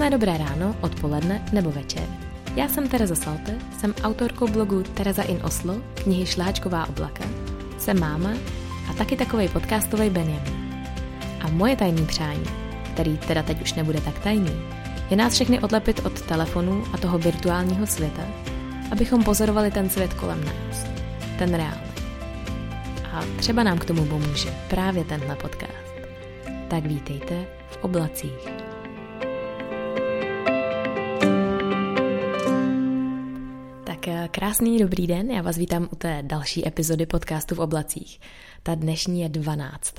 Krásné dobré ráno, odpoledne nebo večer. Já jsem Tereza Salte, jsem autorkou blogu Tereza in Oslo, knihy Šlehačková oblaka, jsem máma a taky takovej podcastovej Benjamin. A moje tajný přání, který teda teď už nebude tak tajný, je nás všechny odlepit od telefonů a toho virtuálního světa, abychom pozorovali ten svět kolem nás, ten reálný. A třeba nám k tomu pomůže právě tenhle podcast. Tak vítejte v oblacích. Krásný dobrý den, já vás vítám u té další epizody podcastu v oblacích. Ta dnešní je 12.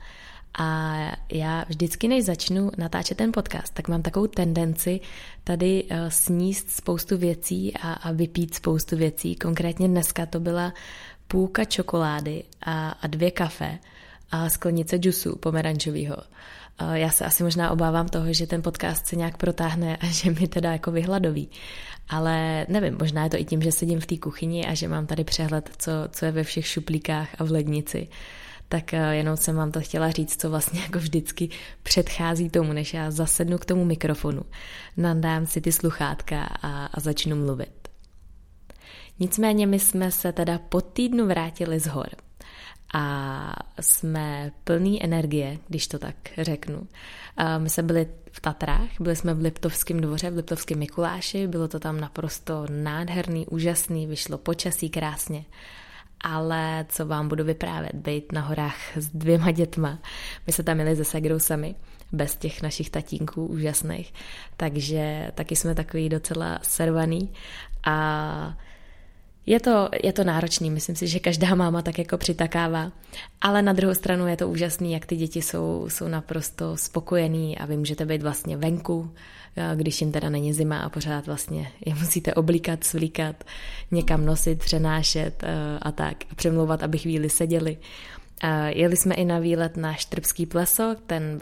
A já vždycky, než začnu natáčet ten podcast, tak mám takovou tendenci tady sníst spoustu věcí a vypít spoustu věcí. Konkrétně dneska to byla půlka čokolády a 2 kafe a sklenice džusu pomerančového. Já se asi možná obávám toho, že ten podcast se nějak protáhne a že mi teda jako vyhladoví. Ale nevím, možná je to i tím, že sedím v té kuchyni a že mám tady přehled, co je ve všech šuplíkách a v lednici. Tak jenom jsem vám to chtěla říct, co vlastně jako vždycky předchází tomu, než já zasednu k tomu mikrofonu, nandám si ty sluchátka a začnu mluvit. Nicméně my jsme se teda po týdnu vrátili z hor a jsme plný energie, když to tak řeknu. My jsme byli v Tatrách, byli jsme v Liptovském dvoře, v Liptovském Mikuláši, bylo to tam naprosto nádherný, úžasný, vyšlo počasí krásně. Ale co vám budu vyprávět, být na horách s 2 dětma. My se tam jeli se ségrou sami, bez těch našich tatínků úžasných, takže taky jsme takový docela servaný a je to náročný, myslím si, že každá máma tak jako přitakává, ale na druhou stranu je to úžasný, jak ty děti jsou naprosto spokojený a vy můžete být vlastně venku, když jim teda není zima a pořád vlastně je musíte oblíkat, svlíkat, někam nosit, přenášet a tak a přemlouvat, aby chvíli seděli. Jeli jsme i na výlet na Štrbský pleso,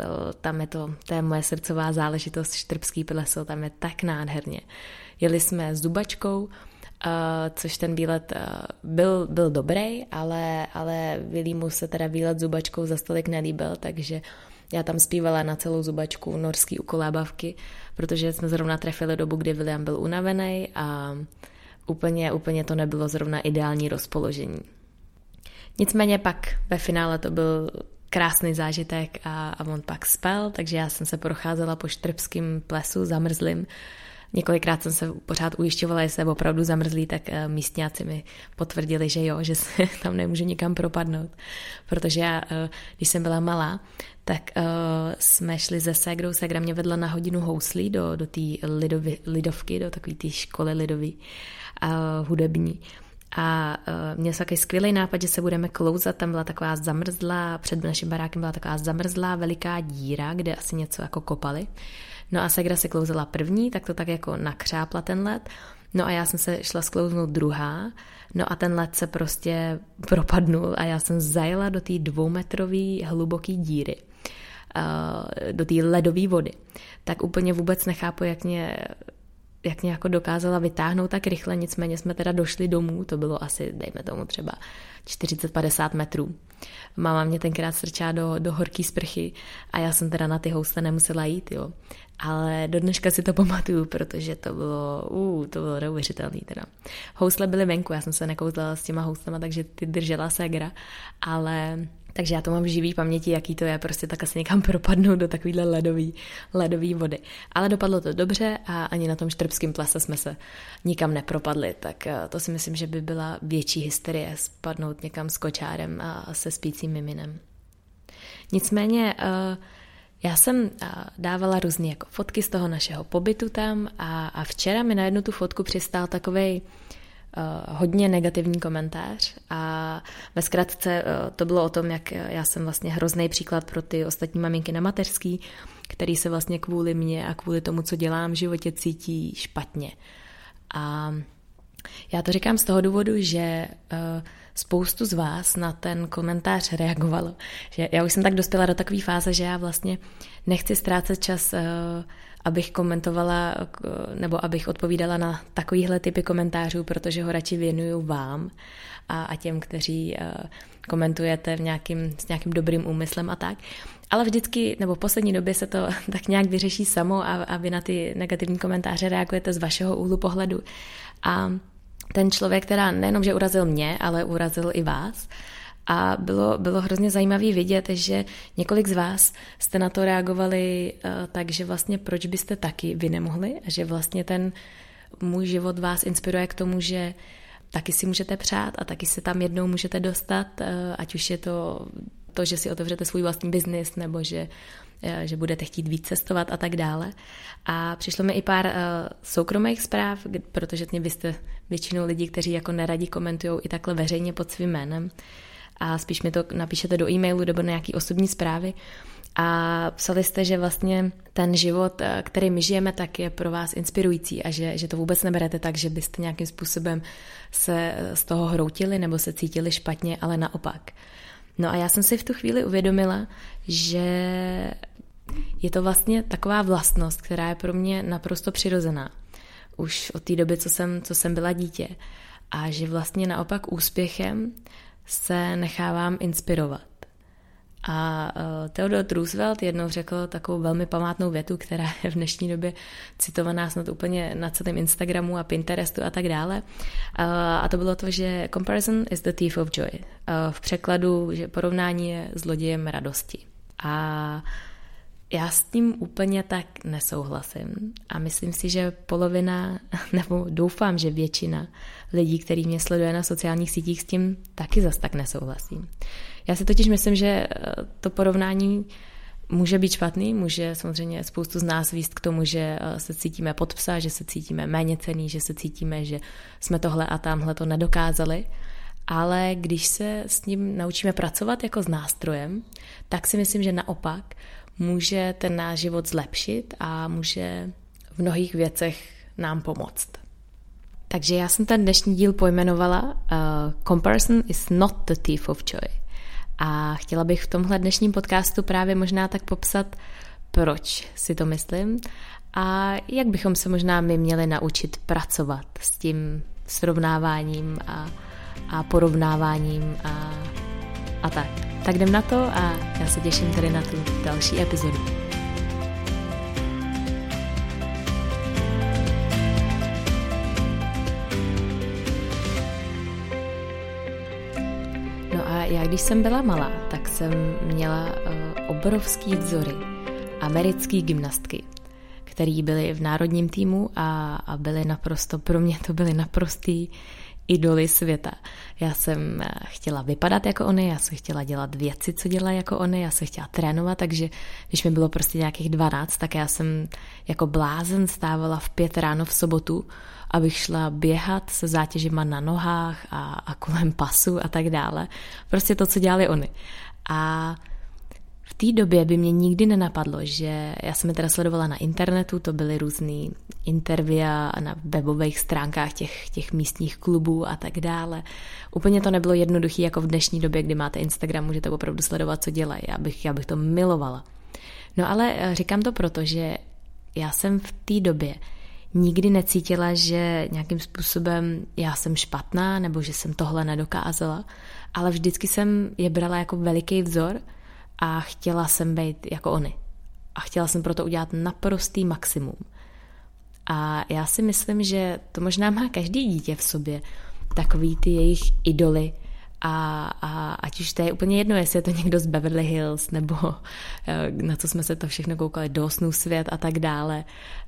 to je moje srdcová záležitost, Štrbský pleso, tam je tak nádherně. Jeli jsme s Zubačkou, což ten výlet byl dobrý, ale Vilímu se teda výlet s Zubačkou za stolik nelíbil, takže já tam zpívala na celou Zubačku norský ukolábavky, protože jsme zrovna trefili dobu, kdy William byl unavený a úplně to nebylo zrovna ideální rozpoložení. Nicméně pak ve finále to byl krásný zážitek a on pak spal, takže já jsem se procházela po Štrbském plesu zamrzlým. Několikrát jsem se pořád ujišťovala, jestli je opravdu zamrzlý, tak místňáci mi potvrdili, že jo, že se tam nemůžu nikam propadnout. Protože já, když jsem byla malá, tak jsme šli se ségrou, ségra mě vedla na hodinu houslí do té lidovky, do takové té školy lidový hudební. A měl jsem takový skvělý nápad, že se budeme klouzat, tam byla taková zamrzlá, před naším barákem byla taková zamrzlá veliká díra, kde asi něco jako kopali. No a ségra se klouzala první, tak to tak jako nakřápla ten led. No a já jsem se šla sklouznout druhá, no a ten led se prostě propadnul a já jsem zajela do té 2metrové hluboké díry, do té ledové vody. Tak úplně vůbec nechápu, jak mě jako dokázala vytáhnout tak rychle, nicméně jsme teda došli domů, to bylo asi, dejme tomu třeba 40-50 metrů. Máma mě tenkrát strčá do horký sprchy a já jsem teda na ty housle nemusela jít, jo. Ale do dneška si to pamatuju, protože to bylo neuvěřitelný teda. Housle byly venku, já jsem se nekouzlela s těma houslema, takže ty držela ségra, ale takže já to mám v živý paměti, jaký to je, prostě tak asi někam propadnout do takovýhle ledový vody. Ale dopadlo to dobře a ani na tom Štrbském plese jsme se nikam nepropadli, tak to si myslím, že by byla větší hysterie spadnout někam s kočárem a se spícím miminem. Nicméně já jsem dávala různé jako fotky z toho našeho pobytu tam a včera mi na jednu tu fotku přistál takovej hodně negativní komentář a ve zkratce to bylo o tom, jak já jsem vlastně hrozný příklad pro ty ostatní maminky na mateřský, který se vlastně kvůli mně a kvůli tomu, co dělám v životě, cítí špatně. A Já to říkám z toho důvodu, že spoustu z vás na ten komentář reagovalo. Že já už jsem tak dospěla do takové fáze, že já vlastně nechci ztrácet čas, abych komentovala nebo abych odpovídala na takovýhle typy komentářů, protože ho radši věnuju vám a těm, kteří komentujete s nějakým dobrým úmyslem a tak. Ale vždycky, nebo v poslední době se to tak nějak vyřeší samo a vy na ty negativní komentáře reagujete z vašeho úhlu pohledu. A ten člověk, která nejenom, že urazil mě, ale urazil i vás. A bylo hrozně zajímavé vidět, že několik z vás jste na to reagovali tak, že vlastně proč byste taky vy nemohli a že vlastně ten můj život vás inspiruje k tomu, že taky si můžete přát a taky se tam jednou můžete dostat, ať už je to, že si otevřete svůj vlastní biznis nebo že budete chtít víc cestovat a tak dále. A přišlo mi i pár soukromých zpráv, protože vy jste většinou lidí, kteří jako neradi komentují i takhle veřejně pod svým jménem a spíš mi to napíšete do e-mailu nebo na nějaký osobní zprávy a psali jste, že vlastně ten život, který my žijeme, tak je pro vás inspirující a že to vůbec neberete tak, že byste nějakým způsobem se z toho hroutili nebo se cítili špatně, ale naopak. No a já jsem si v tu chvíli uvědomila, že je to vlastně taková vlastnost, která je pro mě naprosto přirozená. Už od té doby, co jsem byla dítě. A že vlastně naopak úspěchem se nechávám inspirovat. A Theodore Roosevelt jednou řekl takovou velmi památnou větu, která je v dnešní době citovaná snad úplně na celém Instagramu a Pinterestu a tak dále. A to bylo to, že comparison is the thief of joy. V překladu, že porovnání je zlodějem radosti. A já s tím úplně tak nesouhlasím. A myslím si, že polovina, nebo doufám, že většina lidí, který mě sleduje na sociálních sítích, s tím taky zas tak nesouhlasí. Já si totiž myslím, že to porovnání může být špatný, může samozřejmě spoustu z nás vést k tomu, že se cítíme pod psa, že se cítíme méněcenný, že se cítíme, že jsme tohle a tamhle to nedokázali, ale když se s ním naučíme pracovat jako s nástrojem, tak si myslím, že naopak může ten náš život zlepšit a může v mnohých věcech nám pomoct. Takže já jsem ten dnešní díl pojmenovala Comparison is not the thief of joy. A chtěla bych v tomhle dnešním podcastu právě možná tak popsat, proč si to myslím a jak bychom se možná my měli naučit pracovat s tím srovnáváním a porovnáváním a tak. Tak jdem na to a já se těším tady na tu další epizodu. Já když jsem byla malá, tak jsem měla obrovský vzory americké gymnastky, které byly v národním týmu a byly naprosto, pro mě to byly naprostý idoly světa. Já jsem chtěla vypadat jako oni, já jsem chtěla dělat věci, co dělají jako oni, já jsem chtěla trénovat, takže když mi bylo prostě nějakých 12, tak já jsem jako blázen stávala v 5 ráno v sobotu, abych šla běhat se zátěžima na nohách a kolem pasu a tak dále. Prostě to, co dělali oni. A v té době by mě nikdy nenapadlo, že já jsem je teda sledovala na internetu, to byly různý intervia na webových stránkách těch místních klubů a tak dále. Úplně to nebylo jednoduché jako v dnešní době, kdy máte Instagram, můžete opravdu sledovat, co dělají. Já bych to milovala. No ale říkám to proto, že já jsem v té době nikdy necítila, že nějakým způsobem já jsem špatná nebo že jsem tohle nedokázala, ale vždycky jsem je brala jako veliký vzor a chtěla jsem být jako oni. A chtěla jsem proto udělat naprostý maximum. A já si myslím, že to možná má každý dítě v sobě, takový ty jejich idoly a ať už to je úplně jedno, jestli je to někdo z Beverly Hills, nebo na co jsme se to všechno koukali, do Snů svět a tak dále,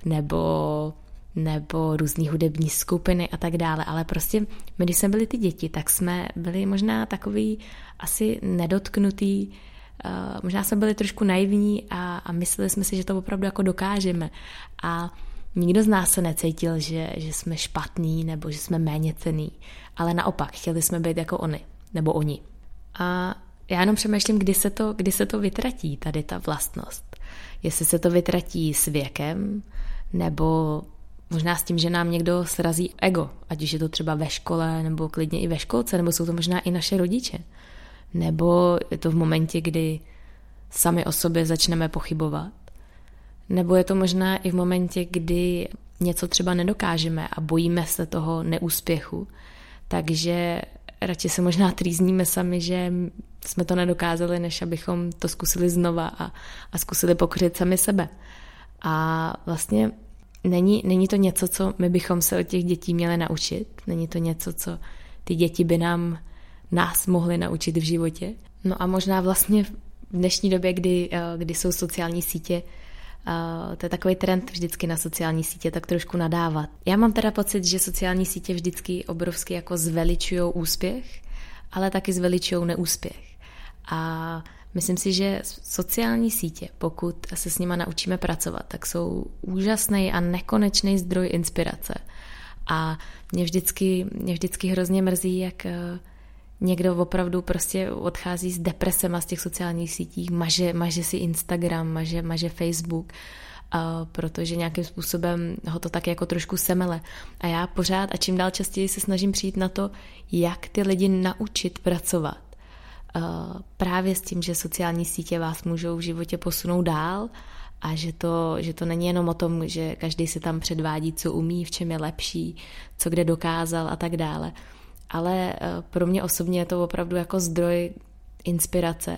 nebo různý hudební skupiny a tak dále, ale prostě my, když jsme byli ty děti, tak jsme byli možná takový asi nedotknutý, možná jsme byli trošku naivní a mysleli jsme si, že to opravdu jako dokážeme a nikdo z nás se necítil, že jsme špatný nebo že jsme méněcenný, ale naopak chtěli jsme být jako oni nebo oni. A já jenom přemýšlím, kdy se to vytratí, tady ta vlastnost. Jestli se to vytratí s věkem, nebo možná s tím, že nám někdo srazí ego, ať už je to třeba ve škole, nebo klidně i ve školce, nebo jsou to možná i naše rodiče. Nebo je to v momentě, kdy sami o sobě začneme pochybovat. Nebo je to možná i v momentě, kdy něco třeba nedokážeme a bojíme se toho neúspěchu. Takže radši se možná trýzníme sami, že jsme to nedokázali, než abychom to zkusili znova a zkusili pokořit sami sebe. A vlastně není to něco, co my bychom se od těch dětí měli naučit. Není to něco, co ty děti by nás mohly naučit v životě. No a možná vlastně v dnešní době, kdy jsou sociální sítě, to je takový trend vždycky na sociální sítě tak trošku nadávat. Já mám teda pocit, že sociální sítě vždycky obrovsky jako zveličujou úspěch, ale taky zveličujou neúspěch. A myslím si, že sociální sítě, pokud se s nima naučíme pracovat, tak jsou úžasný a nekonečný zdroj inspirace. A mě vždycky hrozně mrzí, jak někdo opravdu prostě odchází s depresema z těch sociálních sítích, maže si Instagram, maže Facebook, protože nějakým způsobem ho to tak jako trošku semele. A já pořád a čím dál častěji se snažím přijít na to, jak ty lidi naučit pracovat. Právě s tím, že sociální sítě vás můžou v životě posunout dál a že to není jenom o tom, že každý si tam předvádí, co umí, v čem je lepší, co kde dokázal a tak dále. Ale pro mě osobně je to opravdu jako zdroj inspirace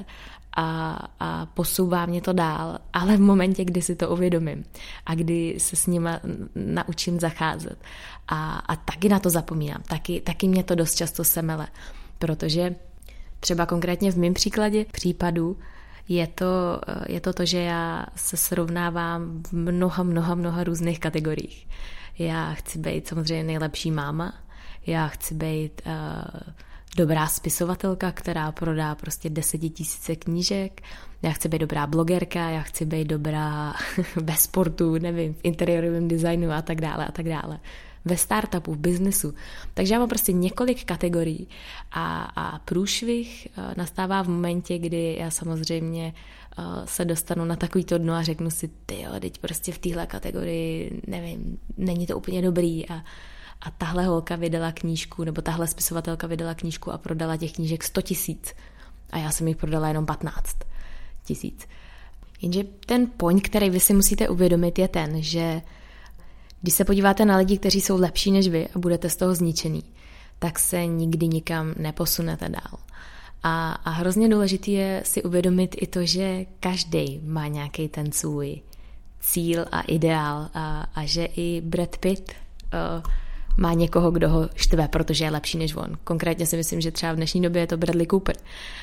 a posouvá mě to dál, ale v momentě, kdy si to uvědomím a kdy se s nima naučím zacházet. A taky na to zapomínám, taky mě to dost často semele, protože třeba konkrétně v mém případu je to, že já se srovnávám v mnoha různých kategoriích. Já chci být samozřejmě nejlepší máma, já chci být dobrá spisovatelka, která prodá prostě 10 000 knížek, já chci být dobrá blogerka, já chci být dobrá ve sportu, nevím, v interiérovém designu a tak dále. Ve startupu, v biznesu. Takže já mám prostě několik kategorií a průšvih nastává v momentě, kdy já samozřejmě se dostanu na takovýto dno a řeknu si, teď prostě v téhle kategorii, nevím, není to úplně dobrý a tahle holka vydala knížku, nebo tahle spisovatelka vydala knížku a prodala těch knížek 100 000 a já jsem jich prodala jenom 15 000. Jenže ten point, který vy si musíte uvědomit, je ten, že když se podíváte na lidi, kteří jsou lepší než vy a budete z toho zničený, tak se nikdy nikam neposunete dál. A hrozně důležitý je si uvědomit i to, že každý má nějaký ten svůj cíl a ideál a že i Brad Pitt má někoho, kdo ho štve, protože je lepší než on. Konkrétně si myslím, že třeba v dnešní době je to Bradley Cooper.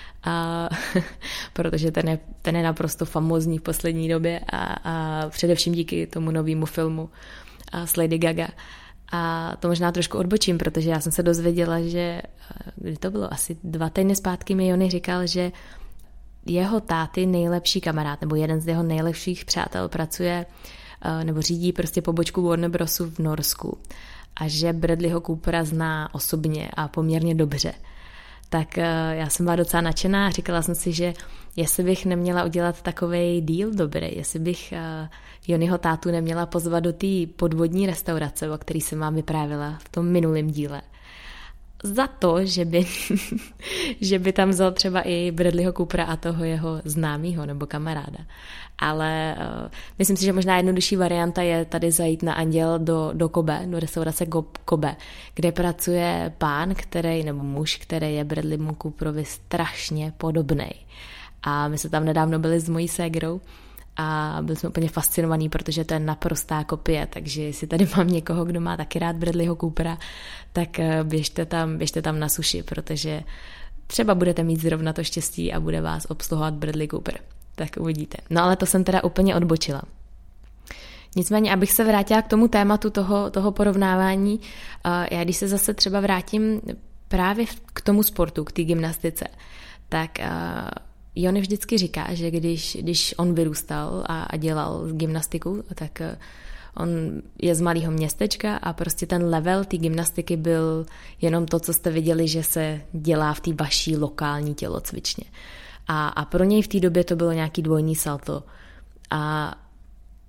Protože ten je naprosto famózní v poslední době a především díky tomu novému filmu s Lady Gaga. A to možná trošku odbočím, protože já jsem se dozvěděla, že kdy to bylo asi 2 týdny zpátky, mi Jony říkal, že jeho táty nejlepší kamarád, nebo jeden z jeho nejlepších přátel pracuje nebo řídí prostě pobočku Warner Brosu v Norsku a že Bradleyho Coopera zná osobně a poměrně dobře. Tak já jsem byla docela nadšená a říkala jsem si, že jestli bych neměla udělat takovej deal dobrý, jestli bych Jonyho tátu neměla pozvat do té podvodní restaurace, o který jsem vám vyprávěla v tom minulém díle. Za to, že by tam vzal třeba i Bradleyho Coopera a toho jeho známýho nebo kamaráda. Ale myslím si, že možná jednodušší varianta je tady zajít na anděl do Kobe, do restaurace Kobe, kde pracuje pán, nebo muž, který je Bradleymu Cooperovi strašně podobnej. A my se tam nedávno byli s mojí ségrou a byli jsme úplně fascinovaní, protože to je naprostá kopie, takže jestli tady mám někoho, kdo má taky rád Bradleyho Coopera, tak běžte tam na sushi, protože třeba budete mít zrovna to štěstí a bude vás obsluhovat Bradley Cooper. Tak uvidíte. No ale to jsem teda úplně odbočila. Nicméně, abych se vrátila k tomu tématu toho porovnávání, já když se zase třeba vrátím právě k tomu sportu, k té gymnastice, tak Jony vždycky říká, že když on vyrůstal a dělal gymnastiku, tak on je z malého městečka a prostě ten level té gymnastiky byl jenom to, co jste viděli, že se dělá v té vaší lokální tělocvičně. A pro něj v té době to bylo nějaký dvojný salto. A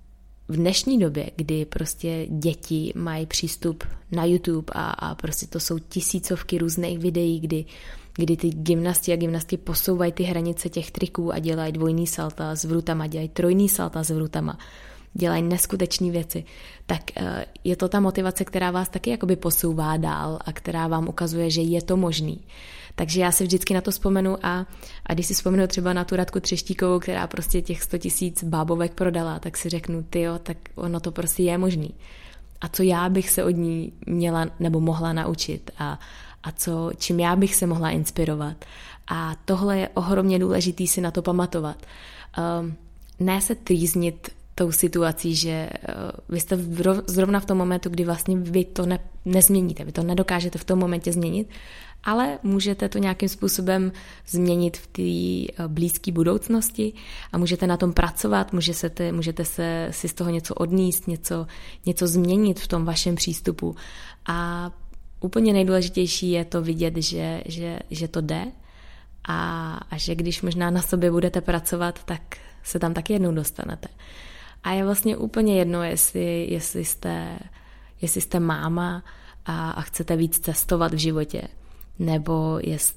v dnešní době, kdy prostě děti mají přístup na YouTube a prostě to jsou tisícovky různých videí, kdy ty gymnasti a gymnastky posouvají ty hranice těch triků a dělají dvojný salta s vrutama, dělají trojný salta s vrutama, dělají neskutečné věci, tak je to ta motivace, která vás taky jakoby posouvá dál a která vám ukazuje, že je to možný. Takže já si vždycky na to vzpomenu a když si vzpomenu třeba na tu Radku Třeštíkovou, která prostě těch 100 000 bábovek prodala, tak si řeknu, tyjo, tak ono to prostě je možný. A co já bych se od ní měla nebo mohla naučit a čím já bych se mohla inspirovat. A tohle je ohromně důležitý si na to pamatovat. Ne se trýznit tou situací, že vy jste zrovna v tom momentu, kdy vlastně vy to nezměníte, vy to nedokážete v tom momentě změnit, ale můžete to nějakým způsobem změnit v té blízké budoucnosti a můžete na tom pracovat, můžete si z toho něco odníst, něco změnit v tom vašem přístupu. A úplně nejdůležitější je to vidět, že to jde a že když možná na sobě budete pracovat, tak se tam taky jednou dostanete. A je vlastně úplně jedno, jestli jste máma a chcete víc cestovat v životě, nebo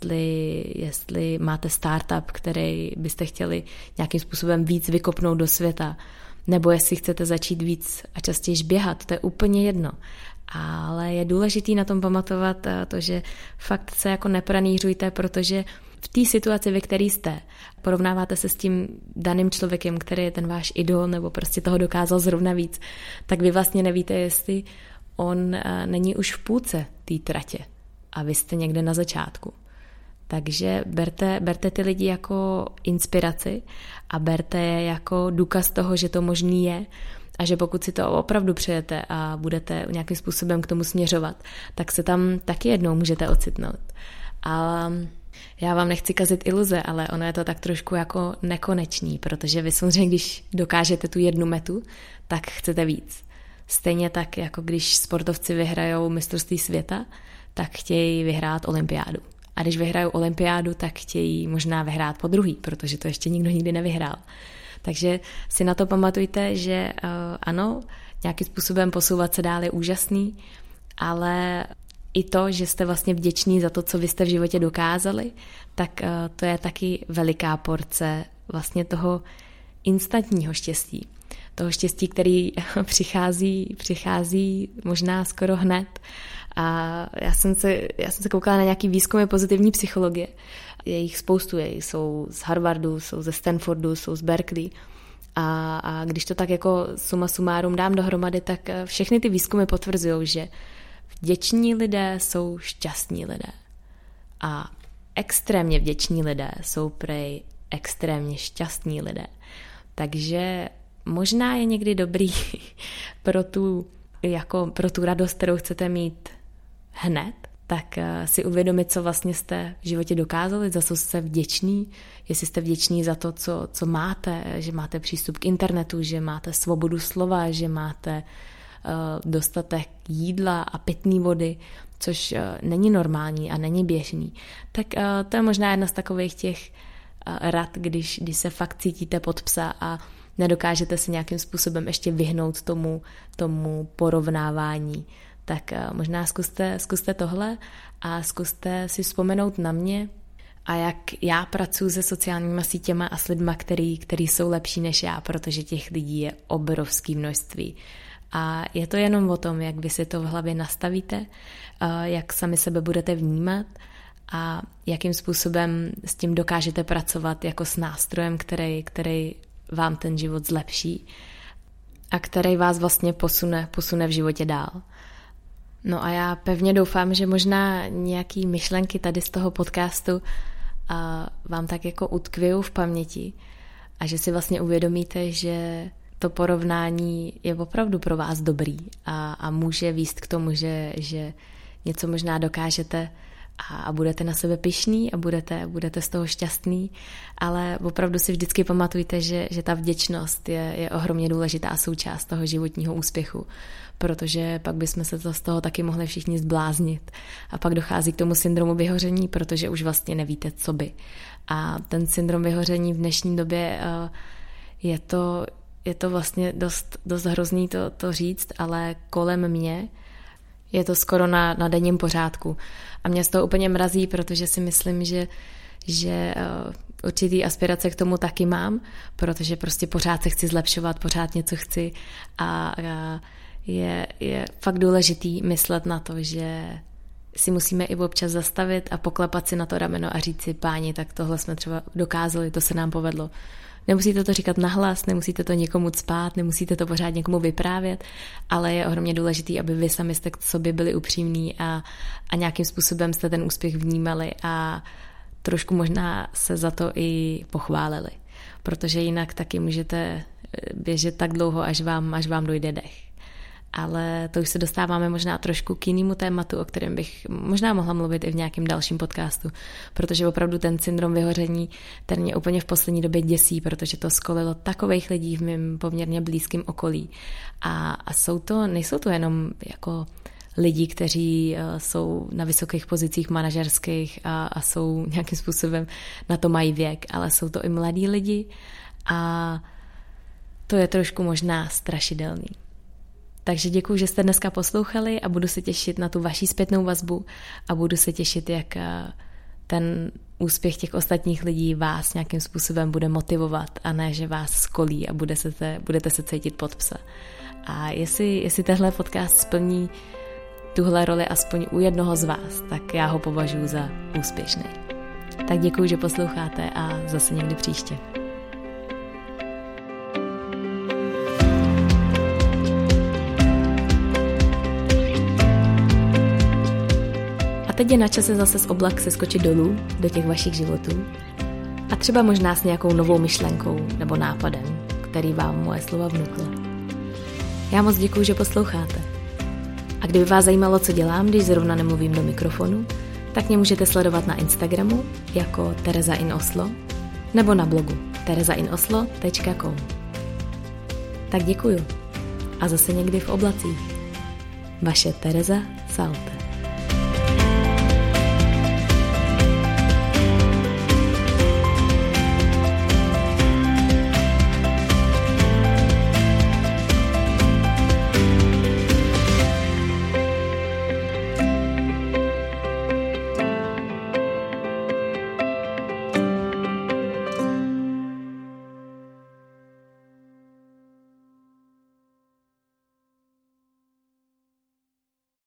jestli máte startup, který byste chtěli nějakým způsobem víc vykopnout do světa, nebo jestli chcete začít víc a častěji běhat, to je úplně jedno. Ale je důležitý na tom pamatovat to, že fakt se jako nepranířujte, protože v té situaci, ve které jste, porovnáváte se s tím daným člověkem, který je ten váš idol, nebo prostě toho dokázal zrovna víc, tak vy vlastně nevíte, jestli on není už v půlce té tratě a vy jste někde na začátku. Takže berte ty lidi jako inspiraci a berte je jako důkaz toho, že to možný je a že pokud si to opravdu přejete a budete nějakým způsobem k tomu směřovat, tak se tam taky jednou můžete ocitnout. A já vám nechci kazit iluze, ale ono je to tak trošku jako nekonečný, protože vy samozřejmě, když dokážete tu jednu metu, tak chcete víc. Stejně tak, jako když sportovci vyhrajou mistrovství světa, tak chtějí vyhrát olympiádu. A když vyhrajou olympiádu, tak chtějí možná vyhrát po druhý, protože to ještě nikdo nikdy nevyhrál. Takže si na to pamatujte, že ano, nějakým způsobem posouvat se dál je úžasný, ale i to, že jste vlastně vděční za to, co vy jste v životě dokázali, tak to je taky veliká porce vlastně toho instantního štěstí. Toho štěstí, který přichází možná skoro hned. A já jsem se koukala na nějaký výzkumy pozitivní psychologie. Je jich spoustu, jsou z Harvardu, jsou ze Stanfordu, jsou z Berkeley. A když to tak jako suma sumárum dám dohromady, tak všechny ty výzkumy potvrzují, že vděční lidé jsou šťastní lidé. A extrémně vděční lidé jsou prej extrémně šťastní lidé. Takže možná je někdy dobrý pro tu radost, kterou chcete mít hned, tak si uvědomit, co vlastně jste v životě dokázali, za co jste vděční, jestli jste vděční za to, co máte, že máte přístup k internetu, že máte svobodu slova, že máte dostatek jídla a pitné vody, což není normální a není běžný. Tak to je možná jedna z takových těch rad, když se fakt cítíte pod psa a nedokážete se nějakým způsobem ještě vyhnout tomu porovnávání. Tak možná zkuste tohle a zkuste si vzpomenout na mě a jak já pracuji se sociálníma sítěma a s lidma, který jsou lepší než já, protože těch lidí je obrovské množství. A je to jenom o tom, jak vy si to v hlavě nastavíte, jak sami sebe budete vnímat a jakým způsobem s tím dokážete pracovat jako s nástrojem, který vám ten život zlepší a který vás vlastně posune v životě dál. No a já pevně doufám, že možná nějaký myšlenky tady z toho podcastu vám tak jako utkvějou v paměti a že si vlastně uvědomíte, že to porovnání je opravdu pro vás dobrý a může vést k tomu, že něco možná dokážete a budete na sebe pyšný a budete z toho šťastný, ale opravdu si vždycky pamatujte, že ta vděčnost je ohromně důležitá součást toho životního úspěchu, protože pak bychom se z toho taky mohli všichni zbláznit a pak dochází k tomu syndromu vyhoření, protože už vlastně nevíte, co by. A ten syndrom vyhoření v dnešní době je to vlastně dost hrozný to říct, ale kolem mě je to skoro na denním pořádku. A mě z toho úplně mrazí, protože si myslím, že určitý aspirace k tomu taky mám, protože prostě pořád se chci zlepšovat, pořád něco chci a je fakt důležitý myslet na to, že si musíme i občas zastavit a poklepat si na to rameno a říct si, páni, tak tohle jsme třeba dokázali, to se nám povedlo. Nemusíte to říkat nahlas, nemusíte to někomu cpát, nemusíte to pořád někomu vyprávět, ale je ohromně důležitý, aby vy sami jste k sobě byli upřímní a nějakým způsobem jste ten úspěch vnímali a trošku možná se za to i pochválili, protože jinak taky můžete běžet tak dlouho, až vám dojde dech. Ale to už se dostáváme možná trošku k jinému tématu, o kterém bych možná mohla mluvit i v nějakém dalším podcastu, protože opravdu ten syndrom vyhoření, ten mě úplně v poslední době děsí, protože to skolilo takovejch lidí v mém poměrně blízkém okolí. A nejsou to jenom jako lidi, kteří jsou na vysokých pozicích manažerských a jsou nějakým způsobem, na to mají věk, ale jsou to i mladí lidi a to je trošku možná strašidelný. Takže děkuji, že jste dneska poslouchali a budu se těšit na tu vaši zpětnou vazbu a budu se těšit, jak ten úspěch těch ostatních lidí vás nějakým způsobem bude motivovat a ne, že vás skolí a budete se cítit pod psa. A jestli tenhle podcast splní tuhle roli aspoň u jednoho z vás, tak já ho považuji za úspěšný. Tak děkuji, že posloucháte a zase někdy příště. A teď je na čase zase z oblak seskočit dolů do těch vašich životů a třeba možná s nějakou novou myšlenkou nebo nápadem, který vám moje slova vnukla. Já moc děkuji, že posloucháte. A kdyby vás zajímalo, co dělám, když zrovna nemluvím do mikrofonu, tak mě můžete sledovat na Instagramu jako Tereza in Oslo nebo na blogu terezainoslo.com. Tak děkuju. A zase někdy v oblacích. Vaše Tereza Salte.